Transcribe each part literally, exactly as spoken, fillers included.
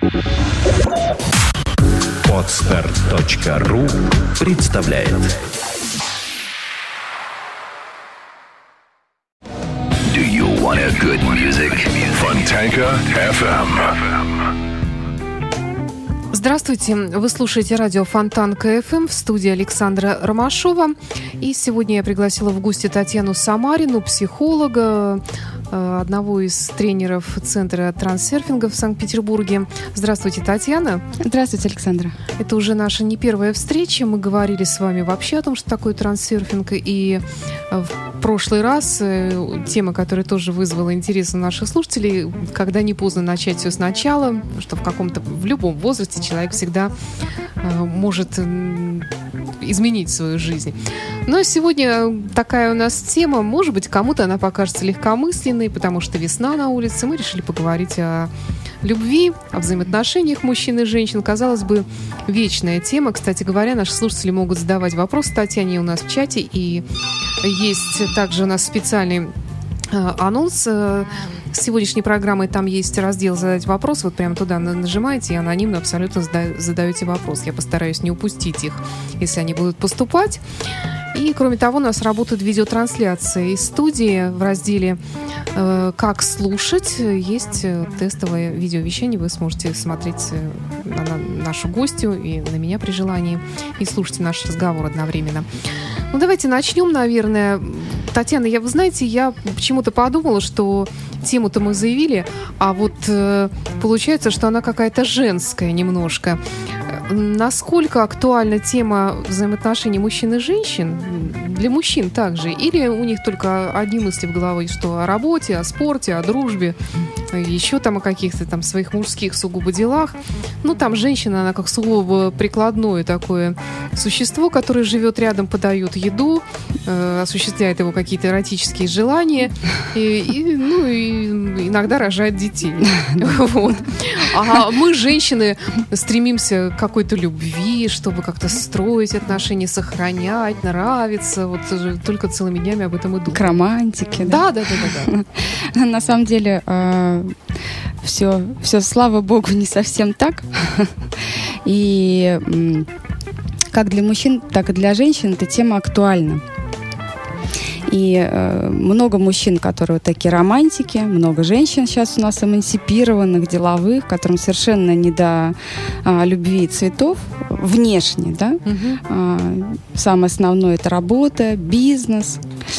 Подстер точка ру представляет. Do you want a good music? Fontanka эф эм. Здравствуйте, вы слушаете радио Фонтанка эф эм, в студии Александра Ромашова. И сегодня я пригласила в гости Татьяну Самарину, психолога, одного из тренеров Центра транссерфинга в Санкт-Петербурге. Здравствуйте, Татьяна. Здравствуйте, Александра. Это уже наша не первая встреча. Мы говорили с вами вообще о том, что такое транссерфинг. И в прошлый раз тема, которая тоже вызвала интерес у наших слушателей, когда не поздно начать все сначала, что в каком-то, в любом возрасте человек всегда может изменить свою жизнь. Но сегодня такая у нас тема, может быть, кому-то она покажется легкомысленной, потому что весна на улице. Мы решили поговорить о любви, о взаимоотношениях мужчин и женщин. Казалось бы, вечная тема. Кстати говоря, наши слушатели могут задавать вопросы Татьяне у нас в чате. И есть также у нас специальный анонс с сегодняшней программой. Там есть раздел «Задать вопрос». Вот прямо туда нажимаете и анонимно абсолютно задаете вопрос. Я постараюсь не упустить их, если они будут поступать. И, кроме того, у нас работает видеотрансляция из студии в разделе э, «Как слушать». Есть тестовое видеовещание. Вы сможете смотреть на, на нашу гостью и на меня при желании и слушать наш разговор одновременно. Ну, давайте начнем, наверное. Татьяна, я, вы знаете, я почему-то подумала, что тему-то мы заявили, а вот э, получается, что она какая-то женская немножко. Насколько актуальна тема взаимоотношений мужчин и женщин для мужчин также? Или у них только одни мысли в голове, что о работе, о спорте, о дружбе, еще там о каких-то там своих мужских сугубо делах? Ну, там женщина, она как сугубо прикладное такое существо, которое живет рядом, подает еду, э, осуществляет его какие-то эротические желания и, и, ну, и иногда рожает детей. Вот. А мы, женщины, стремимся к какой-то любви, чтобы как-то строить отношения, сохранять, нравиться. Вот только целыми днями об этом и думаю. К романтике, да? Да, да, да, да. На самом деле, все, все, слава богу, не совсем так. И как для мужчин, так и для женщин эта тема актуальна. И э, много мужчин, которые вот такие романтики, много женщин сейчас у нас эмансипированных, деловых, которым совершенно не до а, любви и цветов, внешне, да. Uh-huh. А, самое основное — это работа, бизнес.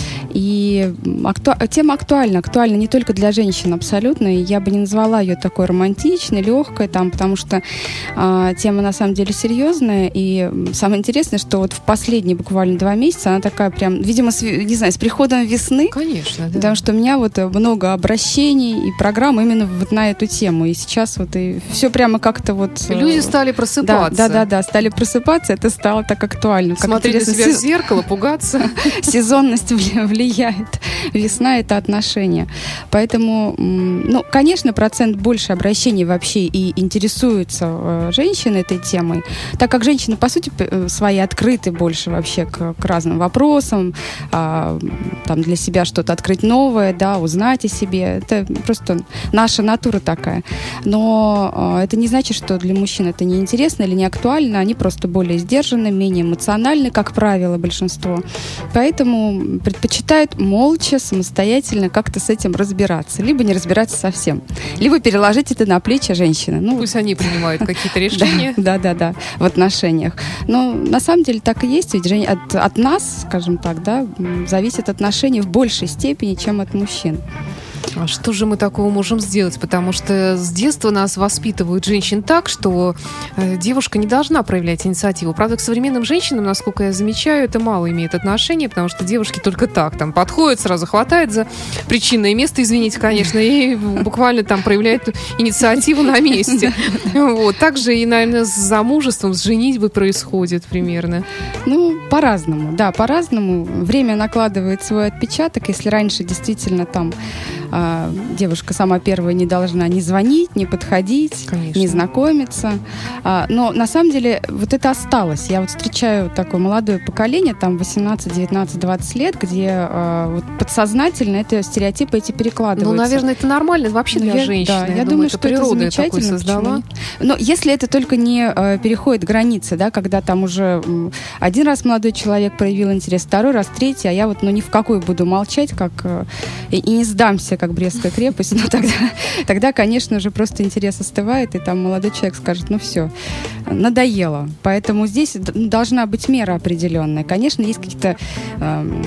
И акту... тема актуальна, актуальна не только для женщин абсолютно, и я бы не назвала ее такой романтичной, легкой, там, потому что а, тема на самом деле серьезная, и самое интересное, что вот в последние буквально два месяца она такая прям, видимо, с, не знаю, с приходом весны. Конечно, да. Потому что у меня вот много обращений и программ именно вот на эту тему, и сейчас вот и все прямо как-то вот... Люди стали просыпаться. Да, да, да, да, стали просыпаться, это стало так актуально. Смотреть на себя в зеркало, пугаться. Сезонность влияет. Весна — это отношения. Поэтому, ну, конечно, процент больше обращений вообще и интересуются э, женщины этой темой, так как женщины, по сути, свои открыты больше вообще к, к разным вопросам, э, там, для себя что-то открыть новое, да, узнать о себе. Это просто наша натура такая. Но э, это не значит, что для мужчин это неинтересно или не актуально. Они просто более сдержаны, менее эмоциональны, как правило, большинство. Поэтому предпочитают молча, самостоятельно как-то с этим разбираться. Либо не разбираться совсем. Либо переложить это на плечи женщины. Ну, пусть они принимают какие-то решения. Да, да, да, в отношениях. Но на самом деле так и есть. Ведь от, от нас, скажем так, да, зависят отношения в большей степени, чем от мужчин. А что же мы такого можем сделать? Потому что с детства нас воспитывают женщин так, что э, девушка не должна проявлять инициативу. Правда, к современным женщинам, насколько я замечаю, это мало имеет отношения, потому что девушки только так там подходят, сразу хватает за причинное место, извините, конечно, и буквально там проявляют инициативу на месте. Вот. Так же и, наверное, с замужеством, с женитьбой происходит примерно. Ну, по-разному, да, по-разному. Время накладывает свой отпечаток. Если раньше действительно там а, девушка сама первая не должна ни звонить, ни подходить, Конечно. ни знакомиться. А, но на самом деле вот это осталось. Я вот встречаю такое молодое поколение, там восемнадцать, девятнадцать, двадцать лет, где а, вот подсознательно это стереотипы эти перекладываются. Ну, наверное, это нормально вообще Ну, для я, женщины. Да, я, я думаю, это что это природа замечательно. такой создала. Но если это только не э, переходит границы, да, когда там уже м, один раз молодой человек проявил интерес, второй раз, третий, а я вот ну ни в какую буду молчать, как э, и, и не сдамся, как Брестская крепость, но тогда, тогда, конечно же, просто интерес остывает, и там молодой человек скажет, ну все, надоело. Поэтому здесь должна быть мера определенная. Конечно, есть какие-то э,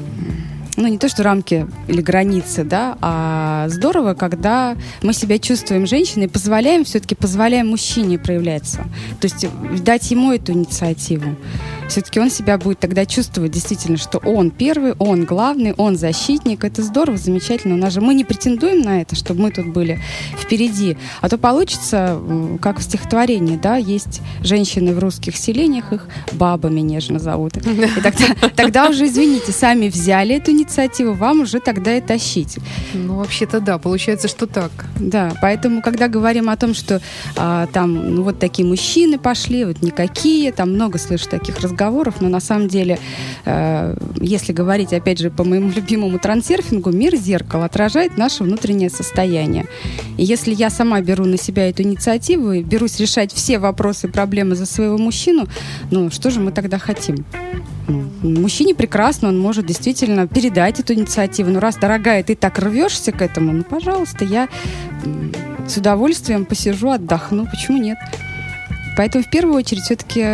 ну, не то, что рамки или границы, да, а здорово, когда мы себя чувствуем женщиной, позволяем, все-таки позволяем мужчине проявляться. То есть дать ему эту инициативу. Все-таки он себя будет тогда чувствовать действительно, что он первый, он главный, он защитник. Это здорово, замечательно. У нас же мы не претендуем на это, чтобы мы тут были впереди. А то получится, как в стихотворении, да, есть женщины в русских селениях, их бабами нежно зовут. И тогда, тогда уже, извините, сами взяли эту инициативу, вам уже тогда и тащить. Ну, вообще-то да, получается, что так. Да, поэтому, когда говорим о том, что а, там, ну, вот такие мужчины пошли, вот никакие, там много слышу таких разговоров, но на самом деле, э, если говорить, опять же, по моему любимому трансерфингу, мир зеркало отражает наше внутреннее состояние. И если я сама беру на себя эту инициативу и берусь решать все вопросы и проблемы за своего мужчину, ну, что же мы тогда хотим? Мужчине прекрасно, он может действительно передать эту инициативу. Ну, раз, дорогая, ты так рвешься к этому, ну, пожалуйста, я с удовольствием посижу, отдохну. Почему нет? Поэтому в первую очередь все-таки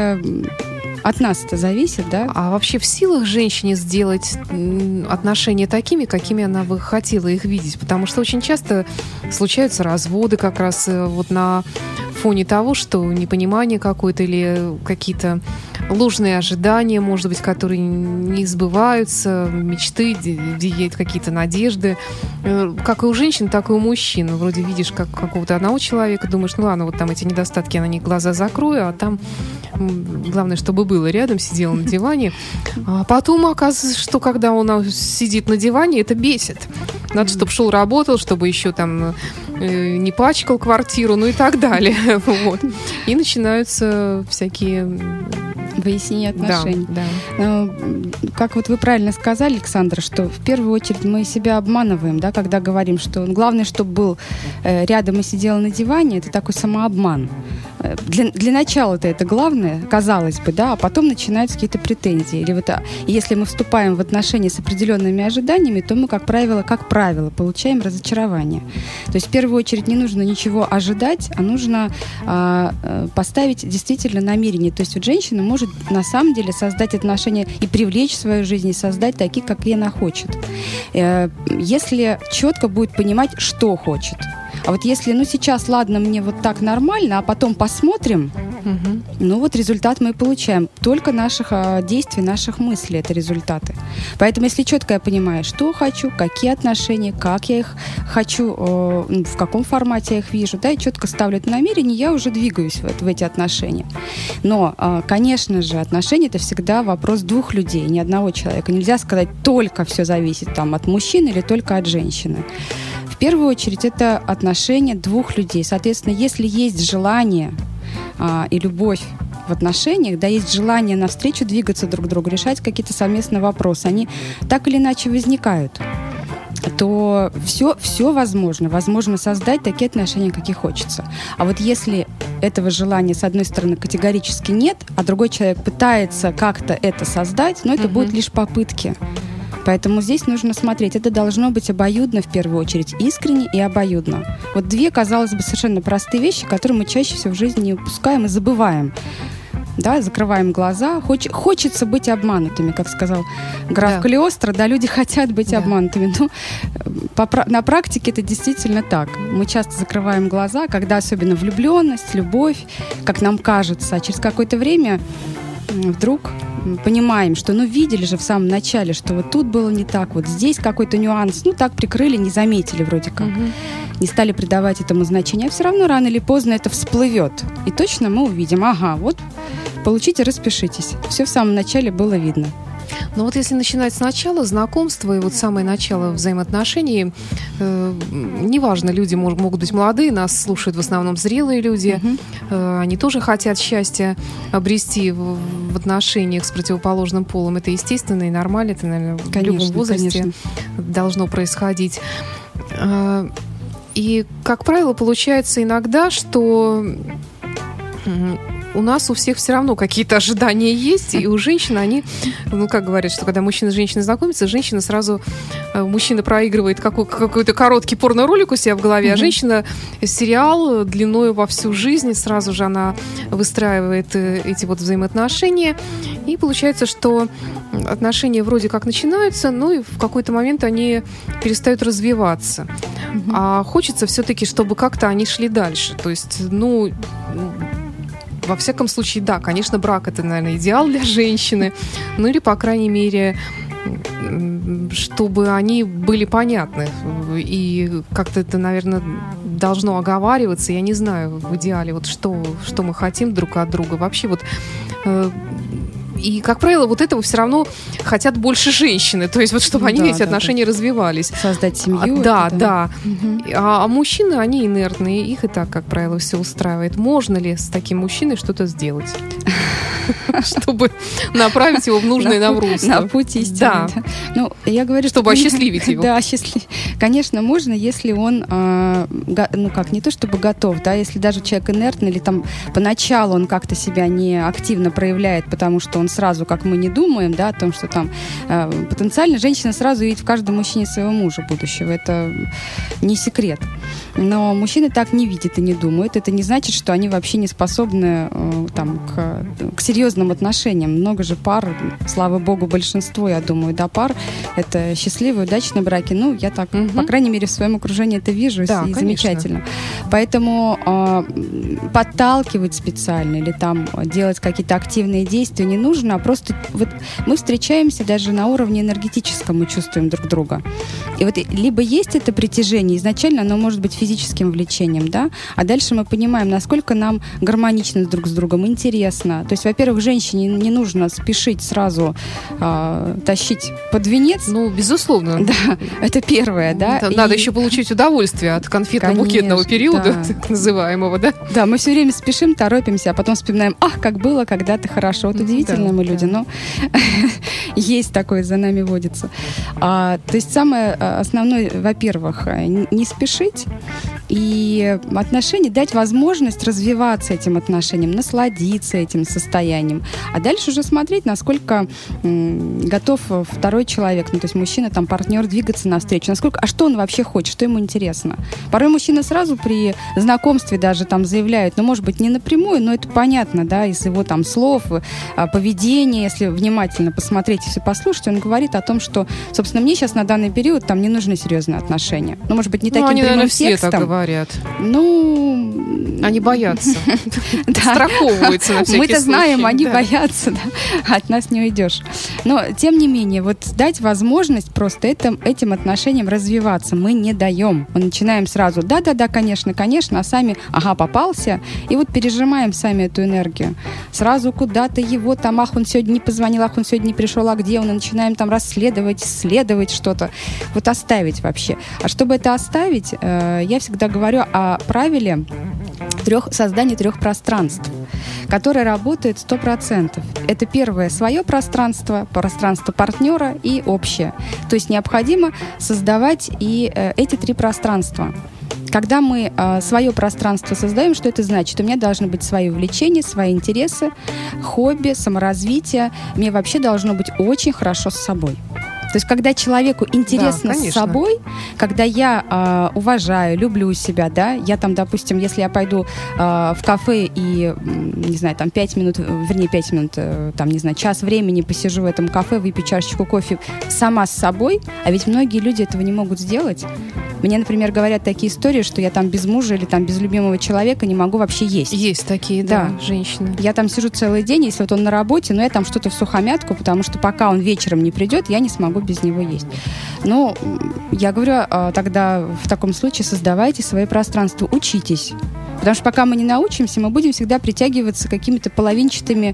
от нас это зависит, да? А вообще в силах женщине сделать отношения такими, какими она бы хотела их видеть? Потому что очень часто случаются разводы как раз вот на фоне того, что непонимание какое-то или какие-то ложные ожидания, может быть, которые не сбываются, мечты, какие-то надежды. Как и у женщин, так и у мужчин. Вроде видишь как какого-то одного человека, думаешь, ну ладно, вот там эти недостатки, я на них глаза закрою, а там главное, чтобы было рядом, сидела на диване. А потом оказывается, что когда он сидит на диване, это бесит. Надо, чтобы шел, работал, чтобы еще там э, не пачкал квартиру, ну и так далее. Вот. И начинаются всякие выяснение отношений. Да, да. Как вот вы правильно сказали, Александра, что в первую очередь мы себя обманываем, да, когда говорим, что главное, чтобы был э, рядом и сидел на диване, это такой самообман. Для, для начала-то это главное, казалось бы, да, а потом начинаются какие-то претензии. Или вот, а, если мы вступаем в отношения с определенными ожиданиями, то мы, как правило, как правило, получаем разочарование. То есть в первую очередь не нужно ничего ожидать, а нужно а, поставить действительно намерение. То есть вот женщина может на самом деле создать отношения и привлечь в свою жизнь, и создать такие, какие она хочет. Если четко будет понимать, что хочет. А вот если, ну, сейчас, ладно, мне вот так нормально, а потом посмотрим, угу. ну, вот результат мы и получаем. Только наших а, действий, наших мыслей — это результаты. Поэтому, если четко я понимаю, что хочу, какие отношения, как я их хочу, э, в каком формате я их вижу, да, и четко ставлю это намерение, я уже двигаюсь в, в эти отношения. Но, э, конечно же, отношения — это всегда вопрос двух людей, ни одного человека. Нельзя сказать, только все зависит там, от мужчины или только от женщины. В первую очередь это отношения двух людей. Соответственно, если есть желание а, и любовь в отношениях, да, есть желание навстречу двигаться друг к другу, решать какие-то совместные вопросы, они так или иначе возникают, то все, все возможно. Возможно создать такие отношения, какие хочется. А вот если этого желания, с одной стороны, категорически нет, а другой человек пытается как-то это создать, но это mm-hmm. будут лишь попытки. Поэтому здесь нужно смотреть. Это должно быть обоюдно, в первую очередь, искренне и обоюдно. Вот две, казалось бы, совершенно простые вещи, которые мы чаще всего в жизни не упускаем и забываем. Да, закрываем глаза. Хоч, хочется быть обманутыми, как сказал граф да. Калиостро. Да, люди хотят быть да. обманутыми. Но по, на практике это действительно так. Мы часто закрываем глаза, когда особенно влюбленность, любовь, как нам кажется, а через какое-то время вдруг понимаем, что, ну, видели же в самом начале, что вот тут было не так, вот здесь какой-то нюанс, ну, так прикрыли, не заметили вроде как, угу. не стали придавать этому значения, а все равно рано или поздно это всплывет. И точно мы увидим, ага, вот, получите, распишитесь. Все в самом начале было видно. Но вот если начинать сначала знакомства и вот самое начало взаимоотношений, э, неважно, люди мож, могут быть молодые, нас слушают в основном зрелые люди, uh-huh. э, они тоже хотят счастья обрести в, в отношениях с противоположным полом. Это естественно и нормально, это, наверное, конечно, в любом возрасте конечно. Должно происходить. Э, и, как правило, получается иногда, что у нас у всех все равно какие-то ожидания есть, и у женщин они, ну, как говорят, что когда мужчина и женщина знакомятся, женщина сразу, мужчина проигрывает какой, какой-то короткий порно-ролик у себя в голове, mm-hmm. а женщина сериал длиною во всю жизнь, сразу же она выстраивает эти вот взаимоотношения, и получается, что отношения вроде как начинаются, но и в какой-то момент они перестают развиваться. Mm-hmm. А хочется все-таки, чтобы как-то они шли дальше. То есть, ну... Во всяком случае, да, конечно, брак — это, наверное, идеал для женщины. Ну или, по крайней мере, чтобы они были понятны. И как-то это, наверное, должно оговариваться. Я не знаю в идеале, вот что, что мы хотим друг от друга. Вообще вот... И, как правило, вот этого все равно хотят больше женщины. То есть, вот чтобы они, да, эти да, отношения да. развивались. Создать семью. А, да, это, да. Угу. А, а мужчины, они инертные. Их и так, как правило, все устраивает. Можно ли с таким мужчиной что-то сделать? Чтобы направить его в нужное нам русло. На путь истины. Да. Ну, я говорю, чтобы осчастливить его. Да, осчастливить. Конечно, можно, если он, ну как, не то чтобы готов, да, если даже человек инертный, или там поначалу он как-то себя не активно проявляет, потому что он сразу, как мы не думаем, да, о том, что там потенциально женщина сразу видит в каждом мужчине своего мужа будущего. Это не секрет. Но мужчины так не видят и не думают. Это не значит, что они вообще не способны там, к, к серьезным отношениям. Много же пар, слава богу, большинство, я думаю, да, пар это счастливые, удачные браки. Ну, я так, угу. по крайней мере, в своем окружении это вижу, да, и конечно. Замечательно. Поэтому э, подталкивать специально или там делать какие-то активные действия не нужно, а просто вот мы встречаемся даже на уровне энергетическом, мы чувствуем друг друга. И вот либо есть это притяжение, изначально оно может быть физическим влечением, да, а дальше мы понимаем, насколько нам гармонично друг с другом, интересно. То есть, во-первых, женщине не нужно спешить сразу э, тащить под венец. Ну, безусловно. Да, это первое, да. Это, и... Надо еще получить удовольствие от конфетно-букетного периода, да. так называемого, да? Да, мы все время спешим, торопимся, а потом вспоминаем, ах, как было когда-то хорошо. Вот удивительно да, мы люди, да. но есть такое, за нами водится. А, то есть самое основное, во-первых, не спешить, и отношения, дать возможность развиваться этим отношениям, насладиться этим состоянием. А дальше уже смотреть, насколько м, готов второй человек, ну, то есть мужчина, там, партнер, двигаться навстречу. Насколько, а что он вообще хочет, что ему интересно. Порой мужчина сразу при знакомстве даже там заявляет, ну, может быть, не напрямую, но это понятно, да, из его там слов, поведения, если внимательно посмотреть и все послушать, он говорит о том, что, собственно, мне сейчас на данный период там не нужны серьезные отношения. Ну, может быть, не таким ну, они, прямым наверное, текстом. Все так говорят. Ну... Они боятся. Страховываются на всякий случай. Мы-то знаем, они боятся, от нас не уйдешь. Но, тем не менее, вот дать возможность просто этим отношениям развиваться мы не даем. Мы начинаем сразу, да-да-да, конечно, конечно, а сами, ага, попался, и вот пережимаем сами эту энергию. Сразу куда-то его там, ах, он сегодня не позвонил, ах, он сегодня не пришел, а где он? И начинаем там расследовать, исследовать что-то. Вот оставить вообще. А чтобы это оставить, я всегда говорю о правиле трех, создания трех пространств, которое работает сто процентов. Это первое — свое пространство, пространство партнера и общее. То есть необходимо создавать и э, эти три пространства. Когда мы э, свое пространство создаем, что это значит? У меня должны быть свои увлечения, свои интересы, хобби, саморазвитие. Мне вообще должно быть очень хорошо с собой. То есть, когда человеку интересно да, с собой, когда я э, уважаю, люблю себя, да, я там, допустим, если я пойду э, в кафе и, не знаю, там пять минут, вернее, пять минут, э, там, не знаю, час времени посижу в этом кафе, выпью чашечку кофе сама с собой, а ведь многие люди этого не могут сделать. Мне, например, говорят такие истории, что я там без мужа или там без любимого человека не могу вообще есть. Есть такие, да, да, женщины. Я там сижу целый день, если вот он на работе, но я там что-то всухомятку, потому что пока он вечером не придет, я не смогу без него есть. Но я говорю, тогда в таком случае создавайте свои пространства, учитесь. Потому что пока мы не научимся, мы будем всегда притягиваться какими-то половинчатыми,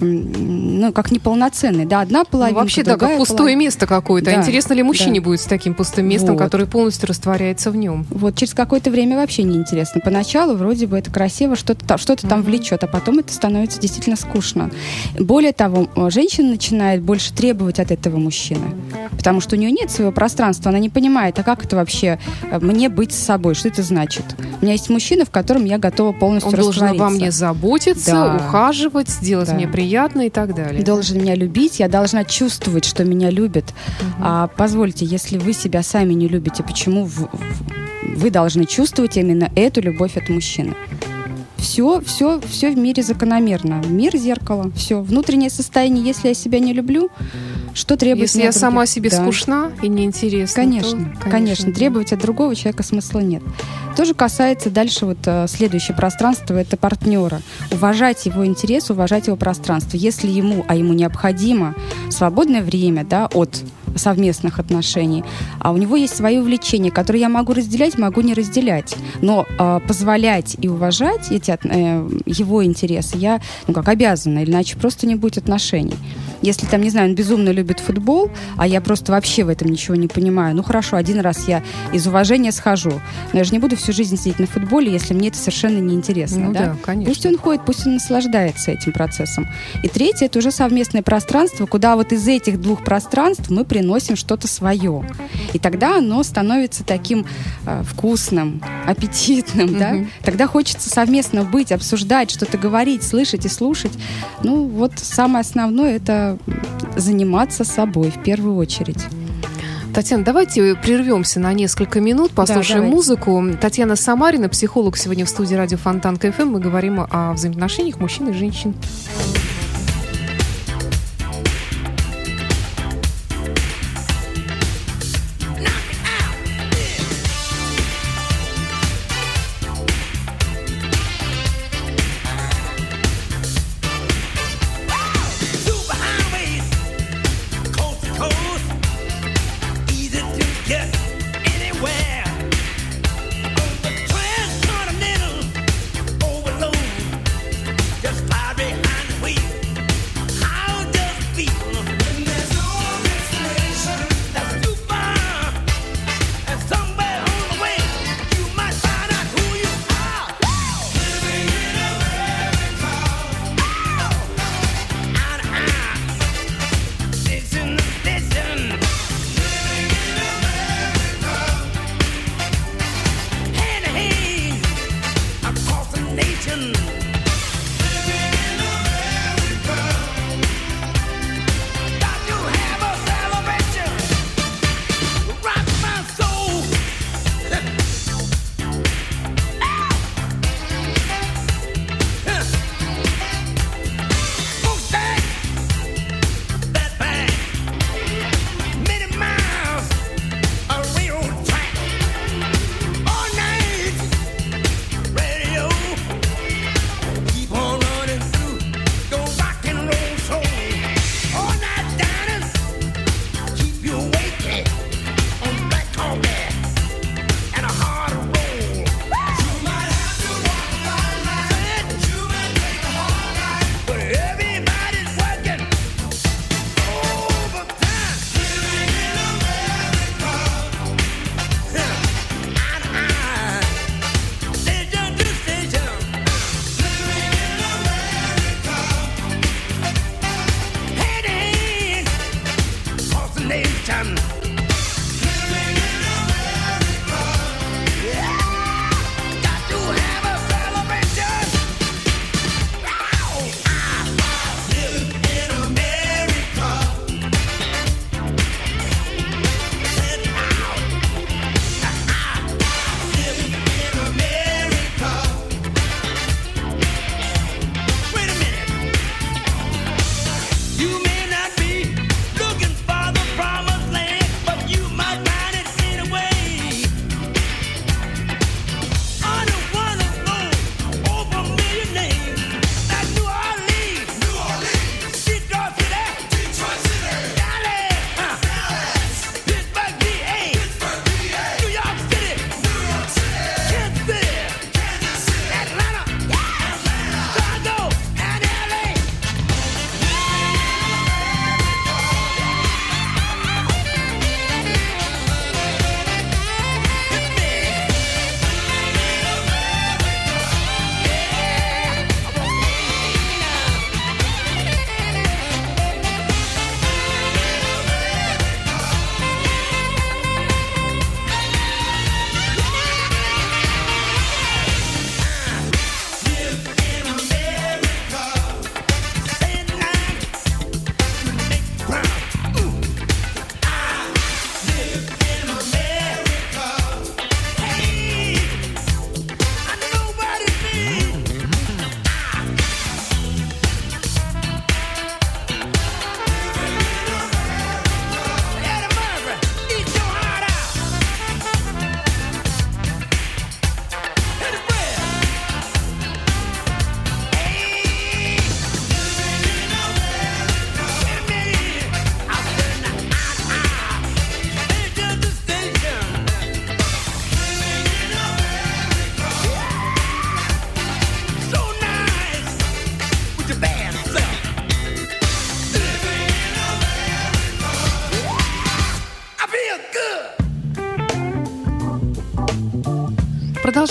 ну, как неполноценные. Да, одна половинка, ну, вообще, да, как пустое половинка. место какое-то. Да, интересно ли мужчине да. будет с таким пустым местом, Вот. который полностью растворяется в нем? Вот, через какое-то время вообще неинтересно. Поначалу вроде бы это красиво, что-то там, что-то там Мгм. влечет, а потом это становится действительно скучно. Более того, женщина начинает больше требовать от этого мужчины, потому что у нее нет своего пространства, она не понимает, а как это вообще э, мне быть с собой, что это значит? У меня есть мужчина, в котором я готова полностью Он должен раствориться. обо мне заботиться, Да. ухаживать, сделать Да. мне приятно и так далее. Должен меня любить, я должна чувствовать, что меня любят. Мгм. А позвольте, если вы себя сами не любите, почему в- в- вы должны чувствовать именно эту любовь от мужчины? Все, все, все в мире закономерно. Мир — зеркало. Все. Внутреннее состояние, если я себя не люблю, что требует Если мне я от сама других? себе Да. скучна и неинтересна, Конечно, то, конечно, да. требовать от другого человека смысла нет. Тоже касается дальше вот э, следующее пространство, это партнера. Уважать его интерес, уважать его пространство. Если ему, а ему необходимо свободное время, да, от совместных отношений, а у него есть свои увлечения, которые я могу разделять, могу не разделять, но э, позволять и уважать эти, от- э, его интересы я, ну как, обязана, иначе просто не будет отношений. Если там, не знаю, он безумно любит футбол, а я просто вообще в этом ничего не понимаю, ну хорошо, один раз я из уважения схожу, но я же не буду всю жизнь сидеть на футболе, если мне это совершенно неинтересно. Ну да? да, конечно. Пусть он ходит, пусть он наслаждается этим процессом. И третье — это уже совместное пространство, куда вот из этих двух пространств мы приносим что-то свое. И тогда оно становится таким э, вкусным, аппетитным, да? Мгм. Тогда хочется совместно быть, обсуждать, что-то говорить, слышать и слушать. Ну вот самое основное — это заниматься собой в первую очередь. Татьяна, давайте прервемся на несколько минут, послушаем давайте. музыку. Татьяна Самарина, психолог, сегодня в студии радио Фонтанка эф эм. Мы говорим о взаимоотношениях мужчин и женщин. Superhighways, coast to coast, easy to get anywhere. On the transcontinental overload, just fly behind the wheel. How does it feel? When there's no destination that's too far, and somewhere on the way you might find out who you are. Living in America. Out of eye, station to station. Living in America. Hand to hand, across the nation. Living in America. Got to have a celebration. Rock my soul. Mustang, that bang, many miles of railroad track, all night radio,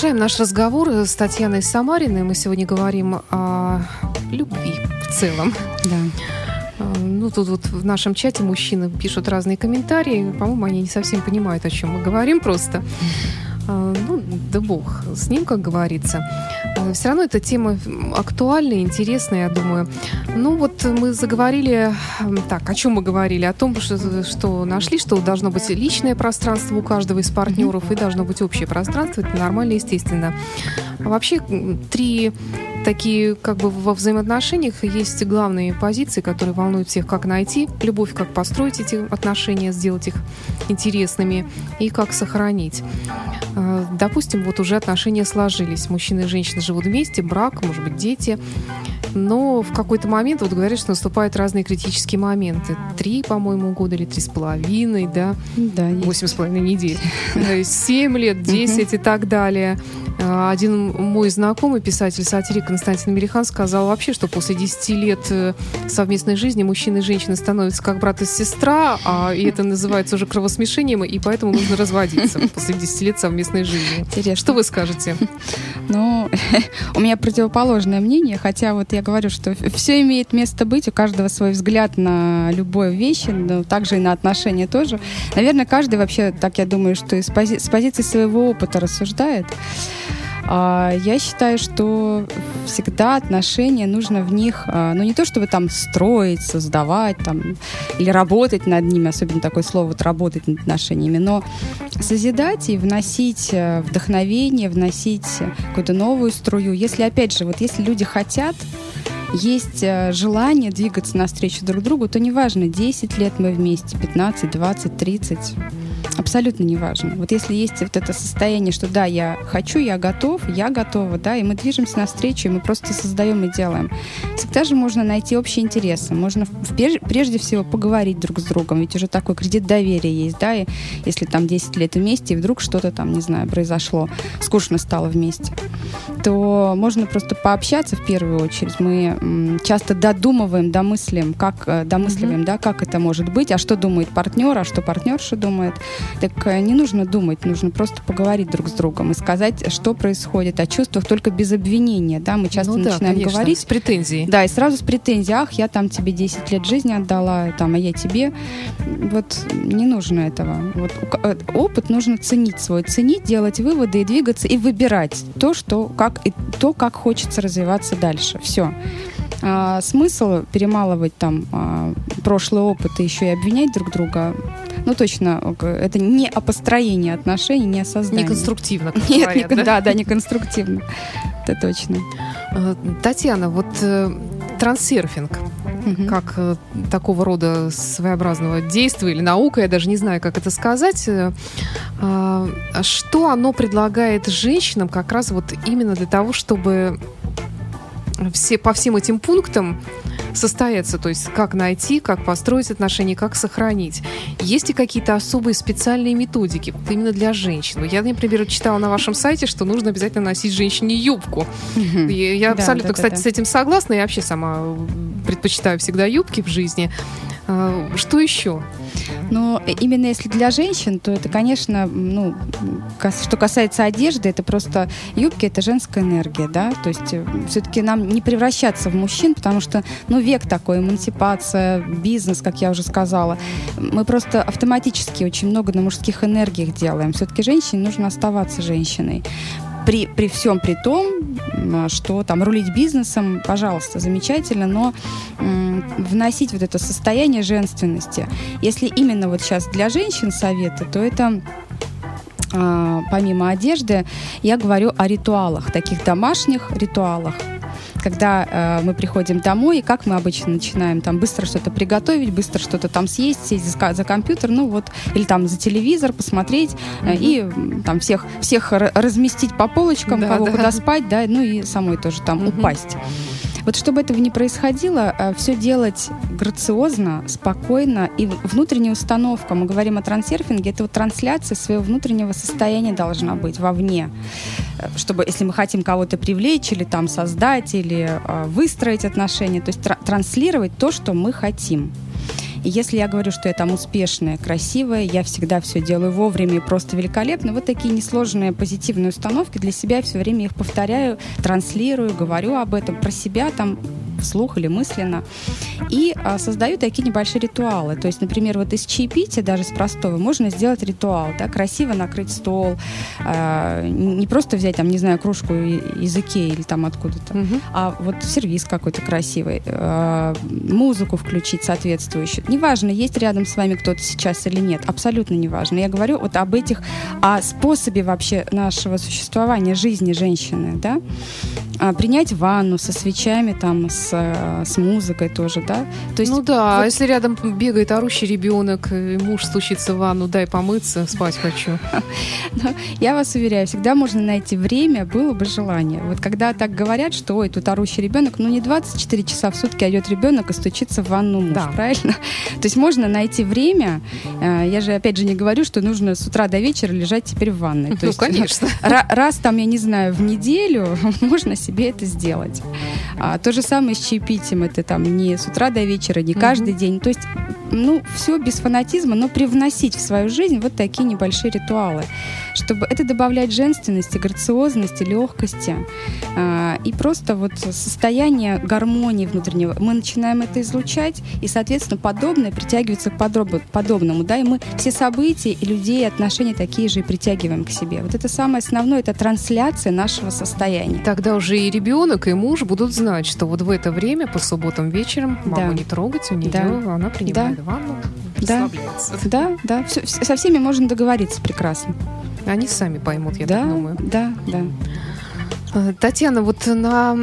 Продолжаем наш разговор с Татьяной Самариной. Мы сегодня говорим о любви в целом. Да. Ну, тут вот в нашем чате мужчины пишут разные комментарии. По-моему, они не совсем понимают, о чем мы говорим просто. Ну, да бог с ним, как говорится. Все равно эта тема актуальная, интересная, я думаю. Ну, вот мы заговорили... Так, о чем мы говорили? О том, что, что нашли, что должно быть личное пространство у каждого из партнеров mm-hmm. и должно быть общее пространство. Это нормально, естественно. А вообще, три... Такие, как бы, во взаимоотношениях есть главные позиции, которые волнуют всех: как найти любовь, как построить эти отношения, сделать их интересными и как сохранить. Допустим, вот уже отношения сложились. Мужчина и женщина живут вместе, брак, может быть, дети. Но в какой-то момент, вот говорят, что наступают разные критические моменты. Три, по-моему, года или три с половиной, да? Да, Восемь с половиной недель. Семь лет, десять и так далее. Один мой знакомый писатель-сатирик Константин Мелихан сказал вообще, что после десяти лет совместной жизни мужчина и женщина становятся как брат и сестра, а, и это называется уже кровосмешением, и поэтому нужно разводиться после десяти лет совместной жизни. Интересно. Что вы скажете? Ну, у меня противоположное мнение, хотя вот я говорю, что все имеет место быть, у каждого свой взгляд на любую вещь, но также и на отношения тоже. Наверное, каждый вообще, так я думаю, что из пози- с позиции своего опыта рассуждает. Я считаю, что всегда отношения нужно в них, ну не то чтобы там строить, создавать там, или работать над ними, особенно такое слово вот работать над отношениями, но созидать и вносить вдохновение, вносить какую-то новую струю. Если, опять же, вот если люди хотят, есть желание двигаться навстречу друг другу, то неважно, десять лет мы вместе, пятнадцать, двадцать, тридцать. Абсолютно неважно. Вот если есть вот это состояние, что да, я хочу, я готов, я готова, да, и мы движемся навстречу, и мы просто создаем и делаем. Всегда же можно найти общие интересы. Можно прежде всего поговорить друг с другом, ведь уже такой кредит доверия есть, да, и если там десять лет вместе, и вдруг что-то там, не знаю, произошло, скучно стало вместе, то можно просто пообщаться в первую очередь. Мы м, часто додумываем, домыслим, как, э, домысливаем, mm-hmm. да, как это может быть, а что думает партнер, а что партнерша думает. Так не нужно думать, нужно просто поговорить друг с другом и сказать, что происходит, о чувствах, только без обвинения, да, мы часто ну, да, начинаем конечно, говорить. с претензией. Да, и сразу с претензией: ах, я там тебе десять лет жизни отдала, там, а я тебе. Вот не нужно этого. Вот опыт нужно ценить свой, ценить, делать выводы и двигаться, и выбирать то, что, как, и то, как хочется развиваться дальше. Все. А, смысл перемалывать там а, прошлый опыт и еще и обвинять друг друга, ну точно, это не о построении отношений, не о создании. Не конструктивно, как Нет, говорят, не, да? да, да, не конструктивно. Это точно. Татьяна, вот э, трансерфинг, Угу. как э, такого рода своеобразного действия или наука, я даже не знаю, как это сказать, э, э, что оно предлагает женщинам как раз вот именно для того, чтобы все, по всем этим пунктам состояться, то есть как найти, как построить отношения, как сохранить. Есть ли какие-то особые специальные методики именно для женщин? Я, например, читала на вашем сайте, что нужно обязательно носить женщине юбку. Угу. Я, я да, абсолютно, да, кстати, да, да. с этим согласна. Я вообще сама предпочитаю всегда юбки в жизни. Что еще? Но именно если для женщин, то это, конечно, ну, что касается одежды, это просто юбки, это женская энергия, да, то есть все-таки нам не превращаться в мужчин, потому что, ну, век такой, эмансипация, бизнес, как я уже сказала, мы просто автоматически очень много на мужских энергиях делаем. Все-таки женщине нужно оставаться женщиной. При, при всем при том, что там рулить бизнесом, пожалуйста, замечательно, но м, вносить вот это состояние женственности. Если именно вот сейчас для женщин советы, то это а, помимо одежды, я говорю о ритуалах, таких домашних ритуалах. Когда э, мы приходим домой, и как мы обычно начинаем там быстро что-то приготовить, быстро что-то там съесть, сесть за, за компьютер, ну вот, или там за телевизор посмотреть, э, и там всех, всех разместить по полочкам, да, кого да. куда спать, да, ну и самой тоже там угу. упасть. Вот чтобы этого не происходило, все делать грациозно, спокойно и внутренняя установка. Мы говорим о трансерфинге, это вот трансляция своего внутреннего состояния должна быть вовне. Чтобы, если мы хотим кого-то привлечь или там создать, или э, выстроить отношения, то есть тр- транслировать то, что мы хотим. И если я говорю, что я там успешная, красивая, я всегда все делаю вовремя и просто великолепно, вот такие несложные позитивные установки для себя, я все время их повторяю, транслирую, говорю об этом про себя там вслух или мысленно. И а, создаю такие небольшие ритуалы. То есть, например, вот из чаепития, даже с простого, можно сделать ритуал, да, красиво накрыть стол, а, не просто взять, там, не знаю, кружку из Икеи или там откуда-то, угу. а вот сервиз какой-то красивый, а, музыку включить соответствующую. Неважно, есть рядом с вами кто-то сейчас или нет, абсолютно неважно. Я говорю вот об этих, о способе вообще нашего существования, жизни женщины, да, а, принять ванну со свечами, там, с, с музыкой тоже, да. То есть, ну да, вот... а если рядом бегает орущий ребенок, и муж стучится в ванну, дай помыться, спать хочу. Я вас уверяю, всегда можно найти время, было бы желание. Вот когда так говорят, что ой, тут орущий ребенок, ну не двадцать четыре часа в сутки идет ребенок и стучится в ванну муж, да. Правильно? То есть можно найти время. Я же опять же не говорю, что нужно с утра до вечера лежать теперь в ванной. То ну, есть, конечно. Раз там, я не знаю, в неделю можно себе это сделать. А, то же самое с чаепитием. Это там не с утра до вечера, не каждый mm-hmm. день. То есть, ну, все без фанатизма, но привносить в свою жизнь вот такие небольшие ритуалы, чтобы это добавлять женственности, грациозности, легкости а, и просто вот состояние гармонии внутреннего. Мы начинаем это излучать, и, соответственно, подобное притягивается к подоб- подобному, да, и мы все события и людей, и отношения такие же и притягиваем к себе. Вот это самое основное, это трансляция нашего состояния. Тогда уже и ребенок, и муж будут знать, что вот в это время по субботам вечером маму да. не трогать, у нее да. она принимает да. ванну, да. расслабляется. Да, да, все, со всеми можно договориться прекрасно. Они сами поймут, я да, так думаю. Да, да. Татьяна, вот на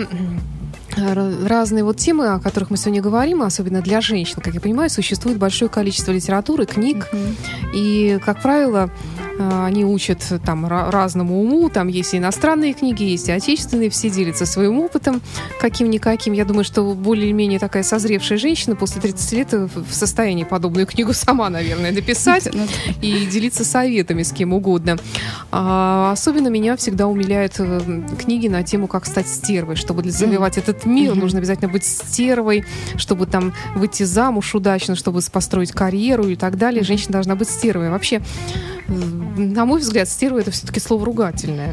разные вот темы, о которых мы сегодня говорим, особенно для женщин, как я понимаю, существует большое количество литературы, книг, mm-hmm. и, как правило, они учат там разному уму, там есть и иностранные книги, есть и отечественные, все делятся своим опытом каким-никаким. Я думаю, что более-менее такая созревшая женщина после тридцати лет в состоянии подобную книгу сама, наверное, написать и делиться советами с кем угодно. А особенно меня всегда умиляют книги на тему «Как стать стервой», чтобы для завоевать этот мир, нужно обязательно быть стервой, чтобы там выйти замуж удачно, чтобы построить карьеру и так далее. Женщина должна быть стервой. Вообще, на мой взгляд, стерва — это все-таки слово ругательное.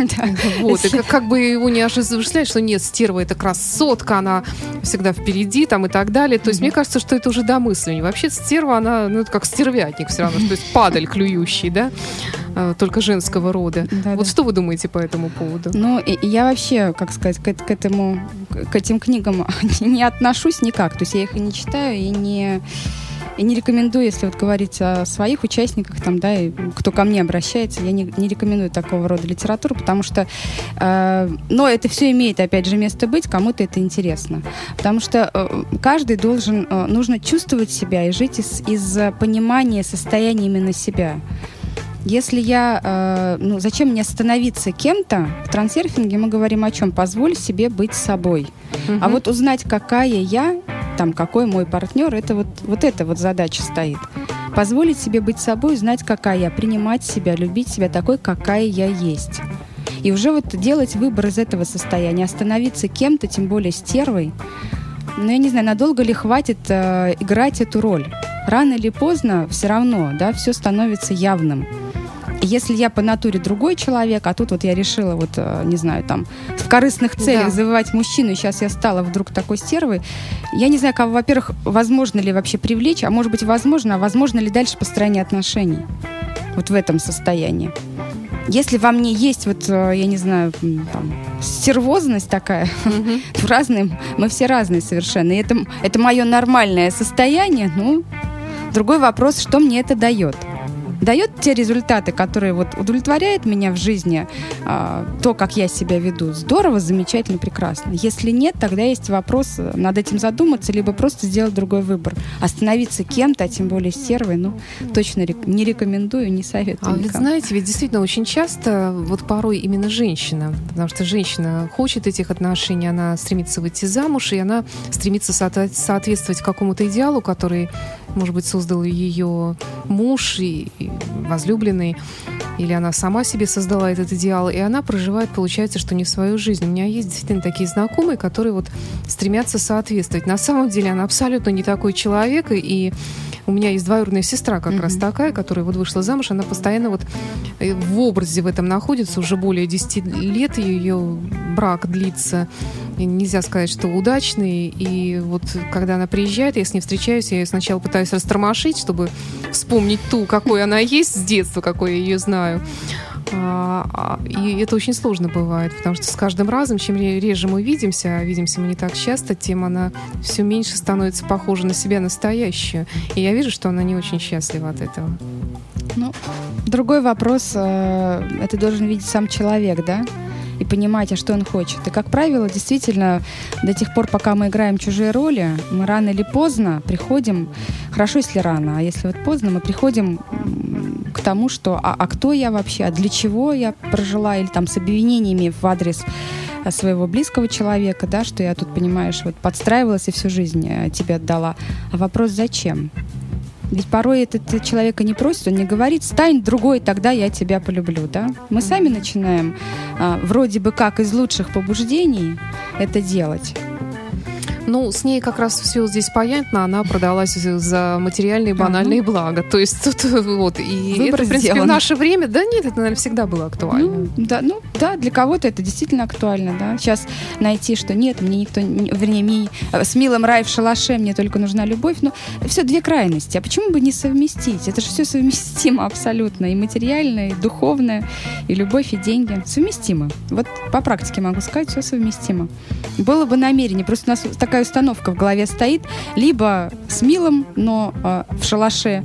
Вот. И как, как бы его не осуществлять, что нет, стерва — это красотка, она всегда впереди там, и так далее. То есть мне кажется, что это уже домысливание. Вообще стерва, она, ну, это как стервятник все равно, то есть падаль клюющий, да, только женского рода. Да, вот да. Что вы думаете по этому поводу? Ну, и, я вообще, как сказать, к, к этому, к этим книгам не отношусь никак. То есть я их и не читаю, и не... И не рекомендую, если вот говорить о своих участниках, там, да, и кто ко мне обращается, я не, не рекомендую такого рода литературу, потому что, э, но это все имеет, опять же, место быть, кому-то это интересно. Потому что э, каждый должен, э, нужно чувствовать себя и жить из, из понимания состояния именно себя. Если я, э, ну, зачем мне становиться кем-то? В трансерфинге мы говорим о чем? Позволь себе быть собой. Uh-huh. А вот узнать, какая я, там, какой мой партнер, это вот, вот эта вот задача стоит. Позволить себе быть собой, знать, какая я, принимать себя, любить себя такой, какая я есть. И уже вот делать выбор из этого состояния, остановиться кем-то, тем более стервой. Ну, я не знаю, надолго ли хватит э, играть эту роль. Рано или поздно все равно, да, все становится явным. И если я по натуре другой человек, а тут вот я решила, вот, не знаю, там, в корыстных целях да. завоевать мужчину, и сейчас я стала вдруг такой стервой, я не знаю, кого, во-первых, возможно ли вообще привлечь, а может быть, возможно, а возможно ли дальше построение отношений вот в этом состоянии. Если во мне есть, вот, я не знаю, там, стервозность такая, mm-hmm. разные, мы все разные совершенно, и это, это мое нормальное состояние, ну, другой вопрос, что мне это дает. Дает те результаты, которые вот удовлетворяют меня в жизни, а, то, как я себя веду, здорово, замечательно, прекрасно. Если нет, тогда есть вопрос над этим задуматься, либо просто сделать другой выбор. Остановиться кем-то, а тем более стервой, ну, точно рек- не рекомендую, не советую. А ведь никому. знаете, ведь действительно очень часто, вот порой именно женщина, потому что женщина хочет этих отношений, она стремится выйти замуж, и она стремится соответ- соответствовать какому-то идеалу, который, может быть, создал ее муж и возлюбленный. или она сама себе создала этот идеал, и она проживает, получается, что не свою жизнь. У меня есть действительно такие знакомые, которые вот стремятся соответствовать. На самом деле она абсолютно не такой человек, и у меня есть двоюродная сестра как mm-hmm. раз такая, которая вот вышла замуж, она постоянно вот в образе в этом находится уже более десяти лет, ее брак длится, нельзя сказать, что удачный, и вот когда она приезжает, я с ней встречаюсь, я ее сначала пытаюсь растормошить, чтобы вспомнить ту, какой она есть с детства, какой я ее знаю. И это очень сложно бывает, потому что с каждым разом, чем реже мы видимся, а видимся мы не так часто, тем она все меньше становится похожа на себя настоящую. И я вижу, что она не очень счастлива от этого. Ну, другой вопрос, это должен видеть сам человек, да? И понимать, а что он хочет. И, как правило, действительно, до тех пор, пока мы играем чужие роли, мы рано или поздно приходим, хорошо, если рано, а если вот поздно, мы приходим к тому, что а, а кто я вообще, а для чего я прожила, или там с обвинениями в адрес своего близкого человека, да, что я тут, понимаешь, вот подстраивалась и всю жизнь тебе отдала. А вопрос зачем? Ведь порой этот человек и не просит, он не говорит: стань другой, тогда я тебя полюблю, да? Мы сами начинаем а, вроде бы как из лучших побуждений это делать. Ну, с ней как раз все здесь понятно. Она продалась за материальные банальные ага. блага. То есть тут вот. И выбор это, в принципе, сделан. В наше время, да нет, это, наверное, всегда было актуально. Ну, да, ну, да, для кого-то это действительно актуально, да. Сейчас найти, что нет, мне никто, не, вернее, мне, с милым рай в шалаше, мне только нужна любовь. Ну, все две крайности. А почему бы не совместить? Это же все совместимо абсолютно. И материальное, и духовное, и любовь, и деньги. Совместимо. Вот по практике могу сказать, все совместимо. Было бы намерение. Просто у нас такая установка в голове стоит: либо с милым, но э, в шалаше,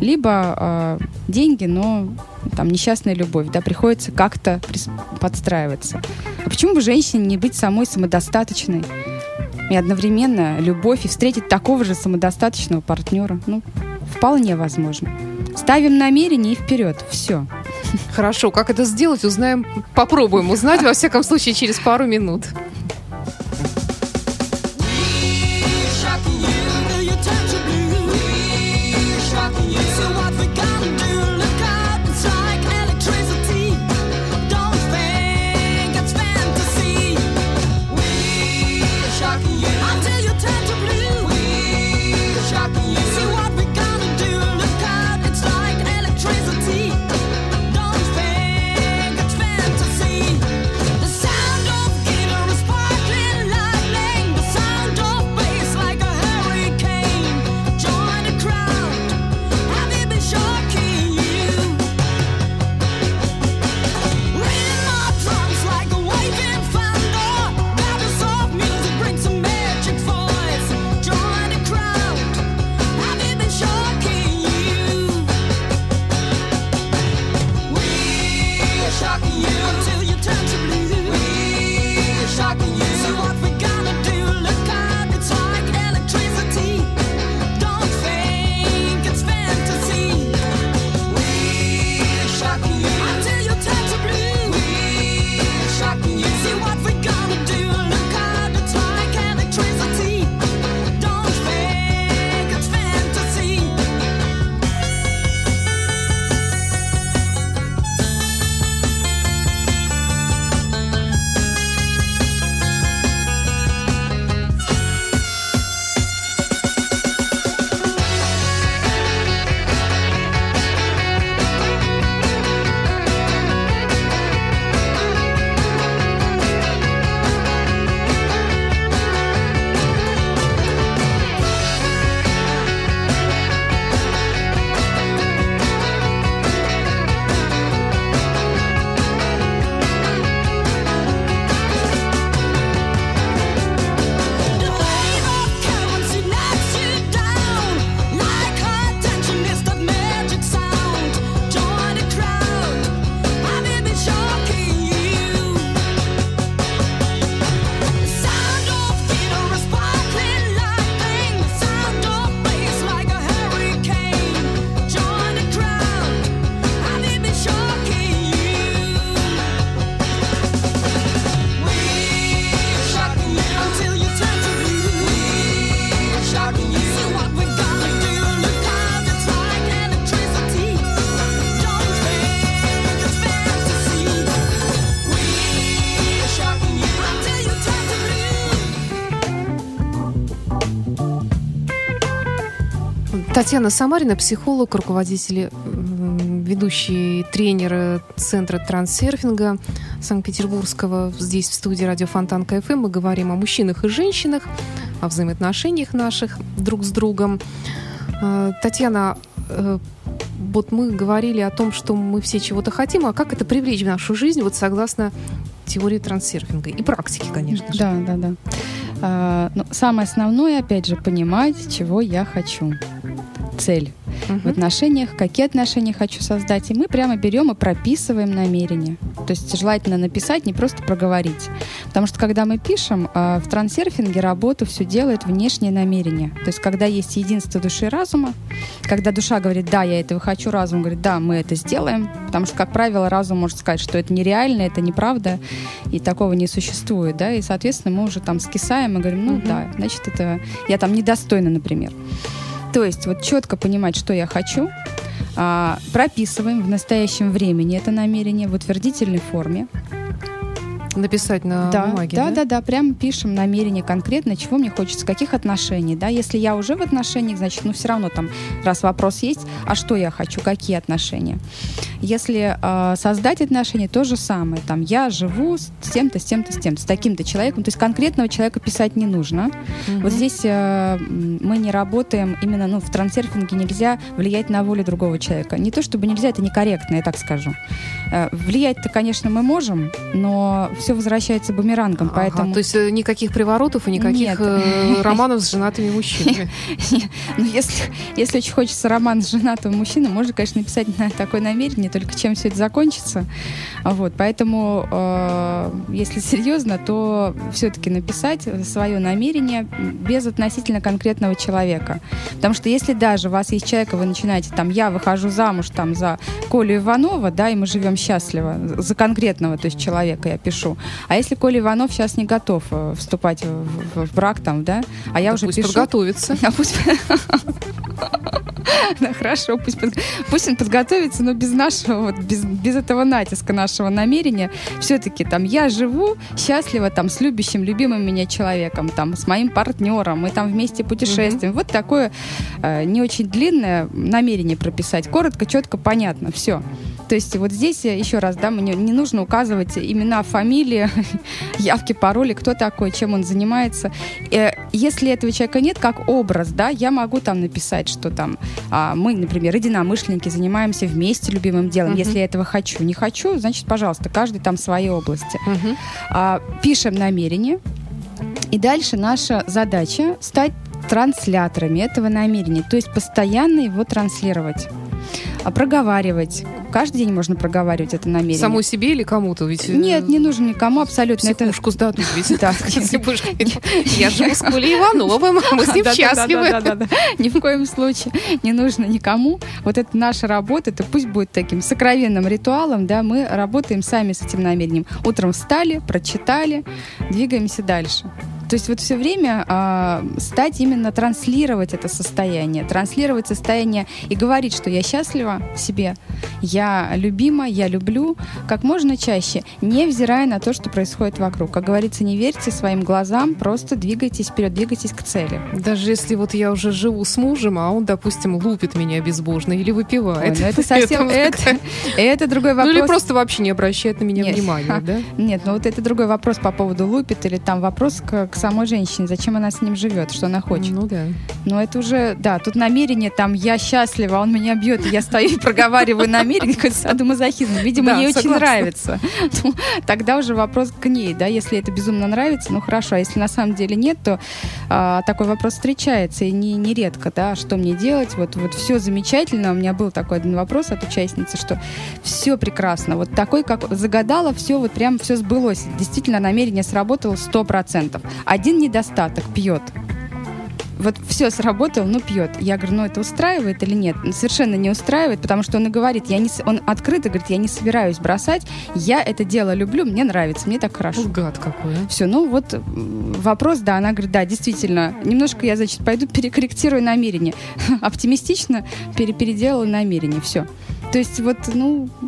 либо э, деньги, но там несчастная любовь, да, приходится как-то прис- подстраиваться. А почему бы женщине не быть самой самодостаточной и одновременно любовь и встретить такого же самодостаточного партнера? Ну, вполне возможно. Ставим намерение и вперед. Все. Хорошо, как это сделать, узнаем, попробуем узнать, во всяком случае, через пару минут. The sound of giving response. Татьяна Самарина, психолог, руководитель, ведущий тренер Центра транссерфинга Санкт-Петербургского. Здесь в студии радио Фонтанка эф эм мы говорим о мужчинах и женщинах, о взаимоотношениях наших друг с другом. Татьяна, вот мы говорили о том, что мы все чего-то хотим, а как это привлечь в нашу жизнь, вот согласно теории транссерфинга и практики, конечно же. Да, да, да. А, ну, самое основное, опять же, понимать, чего я хочу. Цель uh-huh. в отношениях, какие отношения хочу создать. И мы прямо берем и прописываем намерение. То есть желательно написать, не просто проговорить. Потому что когда мы пишем, в транссерфинге работу все делает внешнее намерение. То есть когда есть единство души и разума, когда душа говорит, да, я этого хочу, разум говорит, да, мы это сделаем. Потому что, как правило, разум может сказать, что это нереально, это неправда, и такого не существует. Да? И, соответственно, мы уже там скисаем и говорим, ну uh-huh. да, значит, это я там недостойна, например. То есть вот четко понимать, что я хочу, а, прописываем в настоящем времени это намерение в утвердительной форме. Написать на да, бумаге, да? Да, да, да, прямо пишем намерение конкретно, чего мне хочется, каких отношений, да. Если я уже в отношениях, значит, ну все равно там, раз вопрос есть, а что я хочу, какие отношения. Если э, создать отношения, то же самое, там, я живу с тем-то, с тем-то, с тем-то, с таким-то человеком, то есть конкретного человека писать не нужно. Mm-hmm. Вот здесь э, мы не работаем именно, ну, в транссерфинге нельзя влиять на волю другого человека. Не то чтобы нельзя, это некорректно, я так скажу. Э, влиять-то, конечно, мы можем, но все возвращается бумерангом, ага, поэтому... То есть никаких приворотов и никаких э, романов с женатыми мужчинами? Ну, если, если очень хочется роман с женатым мужчиной, можно, конечно, написать на такое намерение, только чем все это закончится. Вот, поэтому, э, если серьезно, то все-таки написать свое намерение без относительно конкретного человека. Потому что если даже у вас есть человек, и вы начинаете, там, я выхожу замуж там, за Колю Иванова, да, и мы живем счастливо, за конкретного, то есть человека я пишу. А если Коля Иванов сейчас не готов вступать в, в, в брак, там, да, а я да уже пусть пишу... подготовится. А пусть... Да, хорошо, пусть, под... пусть он подготовится, но без нашего, вот, без, без этого натиска нашего намерения. Все-таки там я живу счастливо там с любящим, любимым меня человеком, там, с моим партнером, мы там вместе путешествуем. Mm-hmm. Вот такое э, не очень длинное намерение прописать. Коротко, четко, понятно, все. То есть вот здесь еще раз, да, мне не нужно указывать имена, фамилии, явки, пароли, кто такой, чем он занимается. Если этого человека нет, как образ, да, я могу там написать, что там а, мы, например, единомышленники, занимаемся вместе любимым делом. Uh-huh. Если я этого хочу. Не хочу, значит, пожалуйста, каждый там в своей области. Uh-huh. А, пишем намерение. И дальше наша задача стать трансляторами этого намерения. То есть постоянно его транслировать. А проговаривать. Каждый день можно проговаривать это намерение. Самой себе или кому-то? Ведь нет, не нужно никому абсолютно. Психушку сдадут ведь. Я живу с Колей Ивановым, мы с ним счастливы. Ни в коем случае не нужно никому. Вот это наша работа, это пусть будет таким сокровенным ритуалом, да, мы работаем сами с этим намерением. Утром встали, прочитали, двигаемся дальше. То есть вот все время э, стать именно транслировать это состояние, транслировать состояние и говорить, что я счастлива в себе, я любима, я люблю, как можно чаще, невзирая на то, что происходит вокруг. Как говорится, не верьте своим глазам, просто двигайтесь вперед, двигайтесь к цели. Даже если вот я уже живу с мужем, а он, допустим, лупит меня безбожно или выпивает. Ой, ну это совсем... это, это другой вопрос. Ну или просто вообще не обращает на меня Нет. внимания, да? Нет, ну вот это другой вопрос по поводу лупит или там вопрос к к самой женщине, зачем она с ним живет, что она хочет. Ну да. Но это уже, да, тут намерение, там, я счастлива, он меня бьет, и я стою и проговариваю намерение, какой-то садомазохизм. Видимо, да, ей согласна. Очень нравится. Ну, тогда уже вопрос к ней, да, если это безумно нравится, ну хорошо, а если на самом деле нет, то а, такой вопрос встречается, и не, не редко, да, что мне делать, вот, вот все замечательно, у меня был такой один вопрос от участницы, что все прекрасно, вот такой, как загадала, все, вот прям все сбылось, действительно намерение сработало сто процентов. Один недостаток — пьет. Вот все сработало, но пьет. Я говорю, ну это устраивает или нет? Совершенно не устраивает, потому что он и говорит, я не, он открыто говорит, я не собираюсь бросать, я это дело люблю, мне нравится, мне так хорошо. Ну, гад какой, а? Все, ну вот вопрос, да, она говорит, да, действительно, немножко я, значит, пойду перекорректирую намерение. Оптимистично пере- переделала намерение, все. То есть вот, ну,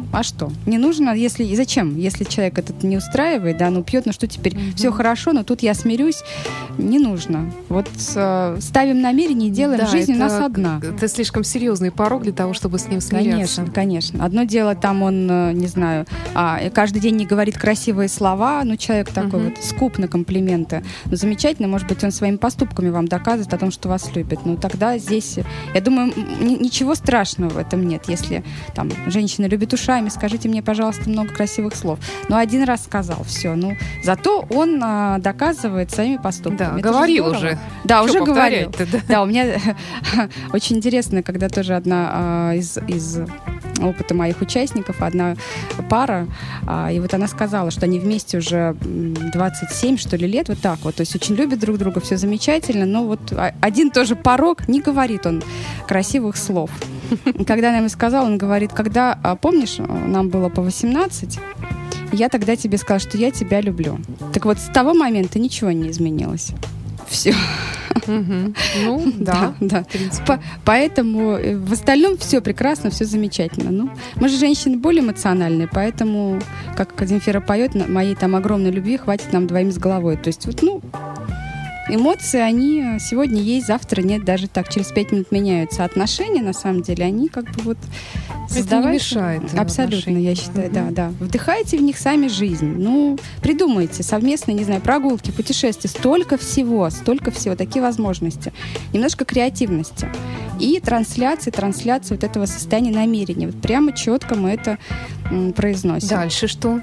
а что? Не нужно, если... И зачем? Если человек этот не устраивает, да, ну пьет, ну что теперь? Мгм. Все хорошо, но тут я смирюсь. Не нужно. Вот э, ставим намерение и делаем. Да, Жизнь у это- нас одна. Это слишком серьезный порог для того, чтобы с ним смиряться. Конечно, конечно. Одно дело, там он, э, не знаю, а, каждый день не говорит красивые слова, ну, человек такой Мгм. вот скуп на комплименты. Ну, замечательно, может быть, он своими поступками вам доказывает о том, что вас любит. Ну, тогда здесь, я думаю, м, ни- ничего страшного в этом нет. Если там женщина любит ушами, скажите мне, пожалуйста, много красивых слов. Ну, один раз сказал, все. Ну, зато он а, доказывает своими поступками. Да, Это же говорил здорово. уже. Да, Чё уже говорил. повторять-то, да? Да, у меня очень интересно, когда тоже одна а, из, из опыта моих участников, одна пара, а, и вот она сказала, что они вместе уже м, двадцать семь, что ли, лет, вот так вот, то есть очень любят друг друга, все замечательно, но вот а- один тоже порог, не говорит он красивых слов. И когда она ему сказала, он говорит, когда, а, помнишь, нам было по восемнадцать, я тогда тебе сказала, что я тебя люблю. Так вот, с того момента ничего не изменилось. Все. Мгм. Ну, да. да. в принципе. По- поэтому э, в остальном все прекрасно, все замечательно. Ну, мы же женщины более эмоциональные, поэтому, как Земфира поет, на моей там огромной любви хватит нам двоим с головой. То есть, вот, ну, эмоции, они сегодня есть, завтра нет, даже так, через пять минут меняются. Отношения, на самом деле, они как бы вот Это не создавайте- мешает Абсолютно, отношениям. я считаю, да, Мгм. да. Вдыхайте в них сами жизнь. Ну, придумайте совместные, не знаю, прогулки, путешествия. Столько всего, столько всего, такие возможности. Немножко креативности. И трансляции, трансляции вот этого состояния намерения. Вот прямо четко мы это м, произносим. Дальше что?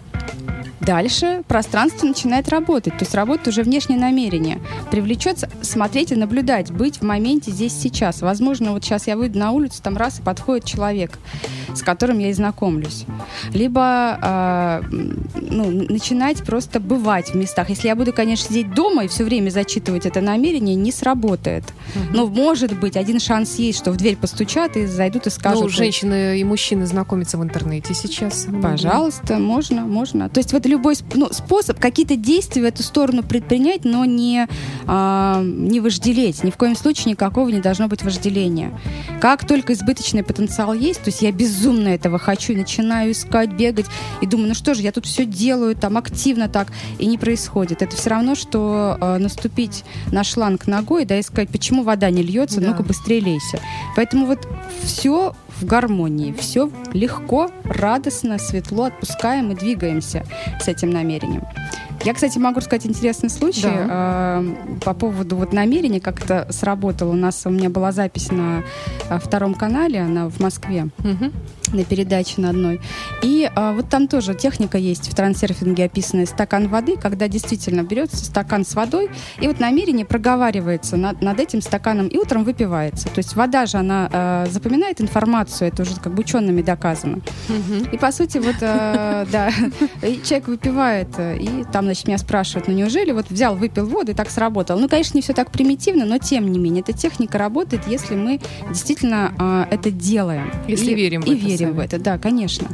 Дальше пространство начинает работать. То есть работает уже внешнее намерение. Привлечется смотреть и наблюдать, быть в моменте здесь сейчас. Возможно, вот сейчас я выйду на улицу, там раз и подходит человек, с которым я и знакомлюсь. Либо э, ну, начинать просто бывать в местах. Если я буду, конечно, сидеть дома и все время зачитывать это намерение, не сработает. Но, может быть, один шанс есть, что в дверь постучат и зайдут и скажут... Ну, женщины и мужчины знакомятся в интернете сейчас. Пожалуйста, можно, можно. То есть вот любой сп- ну, способ, какие-то действия в эту сторону предпринять, но не, а, не вожделеть. Ни в коем случае никакого не должно быть вожделения. Как только избыточный потенциал есть, то есть я безумно этого хочу, начинаю искать, бегать, и думаю, ну что же, я тут все делаю там активно так, и не происходит. Это все равно, что а, наступить на шланг ногой, да, и сказать, почему вода не льется, Да. ну-ка быстрее лейся. Поэтому вот все в гармонии, все легко, радостно, светло, отпускаем и двигаемся с этим намерением. Я, кстати, могу рассказать интересный случай Да. э, по поводу вот намерения, как это сработало. У нас у меня была запись на э, втором канале, она в Москве, Мгм. на передаче на одной. И а, вот там тоже техника есть в трансерфинге описанная стакан воды, когда действительно берется стакан с водой, и вот намерение проговаривается над, над этим стаканом и утром выпивается. То есть вода же, она а, запоминает информацию, это уже как бы учеными доказано. Мгм. И по сути вот, а, да, и человек выпивает, а, и там, значит, меня спрашивают, ну неужели вот взял, выпил воду и так сработало? Ну, конечно, не все так примитивно, но тем не менее, эта техника работает, если мы действительно а, это делаем. Если И- верим в и это верим сами. в это, да, конечно.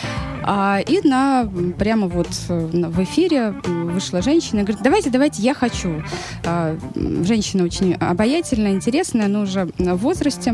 А, и на, прямо вот э, на- в эфире вышла женщина и говорит, давайте, давайте, я хочу. А, м, женщина очень обаятельная, интересная, но уже в возрасте.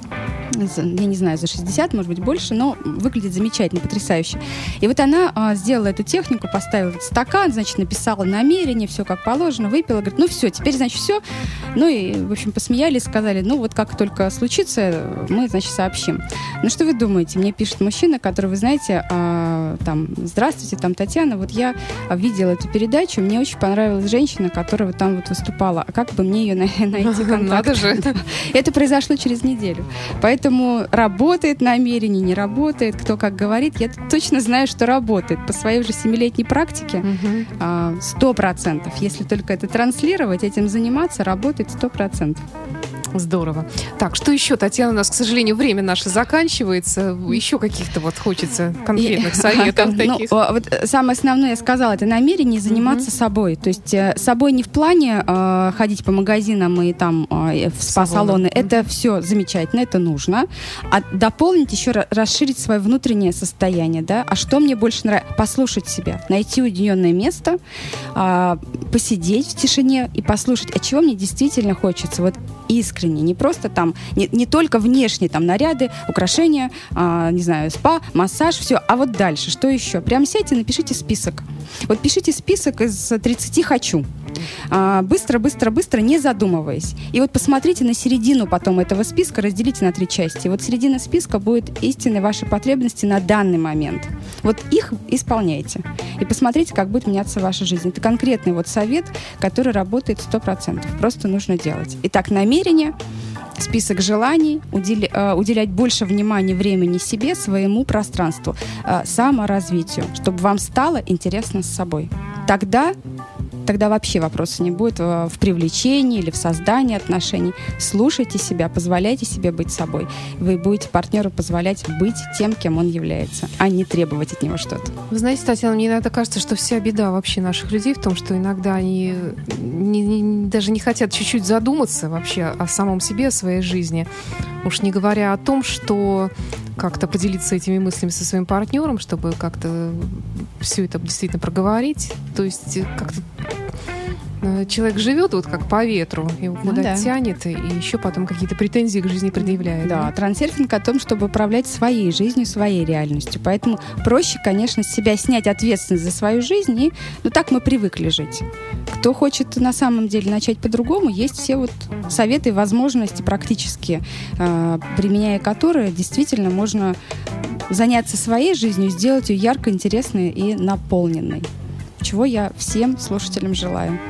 За- я не знаю, за шестьдесят, может быть, больше, но выглядит замечательно, потрясающе. И вот она а, сделала эту технику, поставила этот стакан, значит, написала намерение, все как положено, выпила, говорит, ну все, теперь, значит, все. Ну и, в общем, посмеялись, сказали, ну вот как только случится, мы, значит, сообщим. Ну что вы думаете? Мне пишет мужчина, который, вы знаете, а, там, здравствуйте, там, Татьяна, вот я а, видела эту передачу, мне очень понравилась женщина, которая вот там вот выступала. А как бы мне ее най- найти контакт? Надо же. Это произошло через неделю. Поэтому работает намерение, не работает, кто как говорит. Я точно знаю, что работает. По своей уже семилетней практике Мгм. сто процентов. Если только это транслировать, этим заниматься, работает сто процентов. Здорово. Так, что еще, Татьяна, у нас, к сожалению, время наше заканчивается. Еще каких-то вот хочется конкретных советов Ну, таких. а, вот самое основное, я сказала, это намерение заниматься собой. То есть э, собой не в плане э, ходить по магазинам и там э, в спа-салоны. Салоны. Это все замечательно, это нужно. А дополнить еще, ра- расширить свое внутреннее состояние. Да? А что мне больше нравится? Послушать себя, найти уединенное место, а, посидеть в тишине и послушать, а чего мне действительно хочется. Вот искренне искренне, не просто там, не, не только внешние там наряды, украшения, а, не знаю, спа, массаж, все, а вот дальше, что еще? Прям сядьте, напишите список. Вот пишите список из тридцати «хочу». А, быстро, быстро, быстро, не задумываясь. И вот посмотрите на середину потом этого списка, разделите на три части. Вот середина списка будет истинной вашей потребности на данный момент. Вот их исполняйте. И посмотрите, как будет меняться ваша жизнь. Это конкретный вот совет, который работает сто процентов. Просто нужно делать. Итак, намерение, список желаний, удели, э, уделять больше внимания, времени себе, своему пространству, э, саморазвитию, чтобы вам стало интересно с собой. Тогда Тогда вообще вопроса не будет в, в привлечении или в создании отношений. Слушайте себя, позволяйте себе быть собой. Вы будете партнеру позволять быть тем, кем он является, а не требовать от него что-то. Вы знаете, Татьяна, мне иногда кажется, что вся беда вообще наших людей в том, что иногда они не, не, даже не хотят чуть-чуть задуматься вообще о самом себе, о своей жизни. Уж не говоря о том, что как-то поделиться этими мыслями со своим партнером, чтобы как-то все это действительно проговорить. То есть как-то человек живет вот как по ветру, его Ну куда-то да. тянет, и еще потом какие-то претензии к жизни предъявляет. Да, трансерфинг о том, чтобы управлять своей жизнью, своей реальностью. Поэтому проще, конечно, с себя снять ответственность за свою жизнь. И, ну, так мы привыкли жить. Кто хочет на самом деле начать по-другому, есть все вот советы и возможности практические, э, применяя которые действительно можно заняться своей жизнью, сделать ее ярко, интересной и наполненной. Чего я всем слушателям желаю.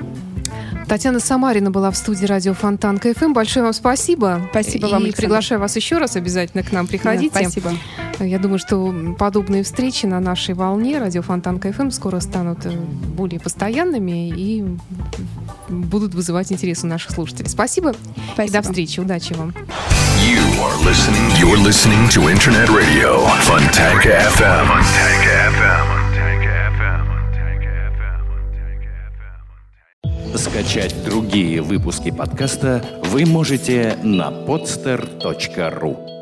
Татьяна Самарина была в студии радио Фонтан КФМ. Большое вам спасибо. Спасибо и вам, Александра. приглашаю вас еще раз обязательно к нам приходите. Да, спасибо. Я думаю, что подобные встречи на нашей волне радио Фонтан КФМ скоро станут более постоянными и будут вызывать интерес у наших слушателей. Спасибо. Спасибо. И до встречи. Удачи вам. You are listening. You're listening to Internet Radio Fontanka эф эм. Fontanka эф эм. Скачать другие выпуски подкаста вы можете на podster точка ру.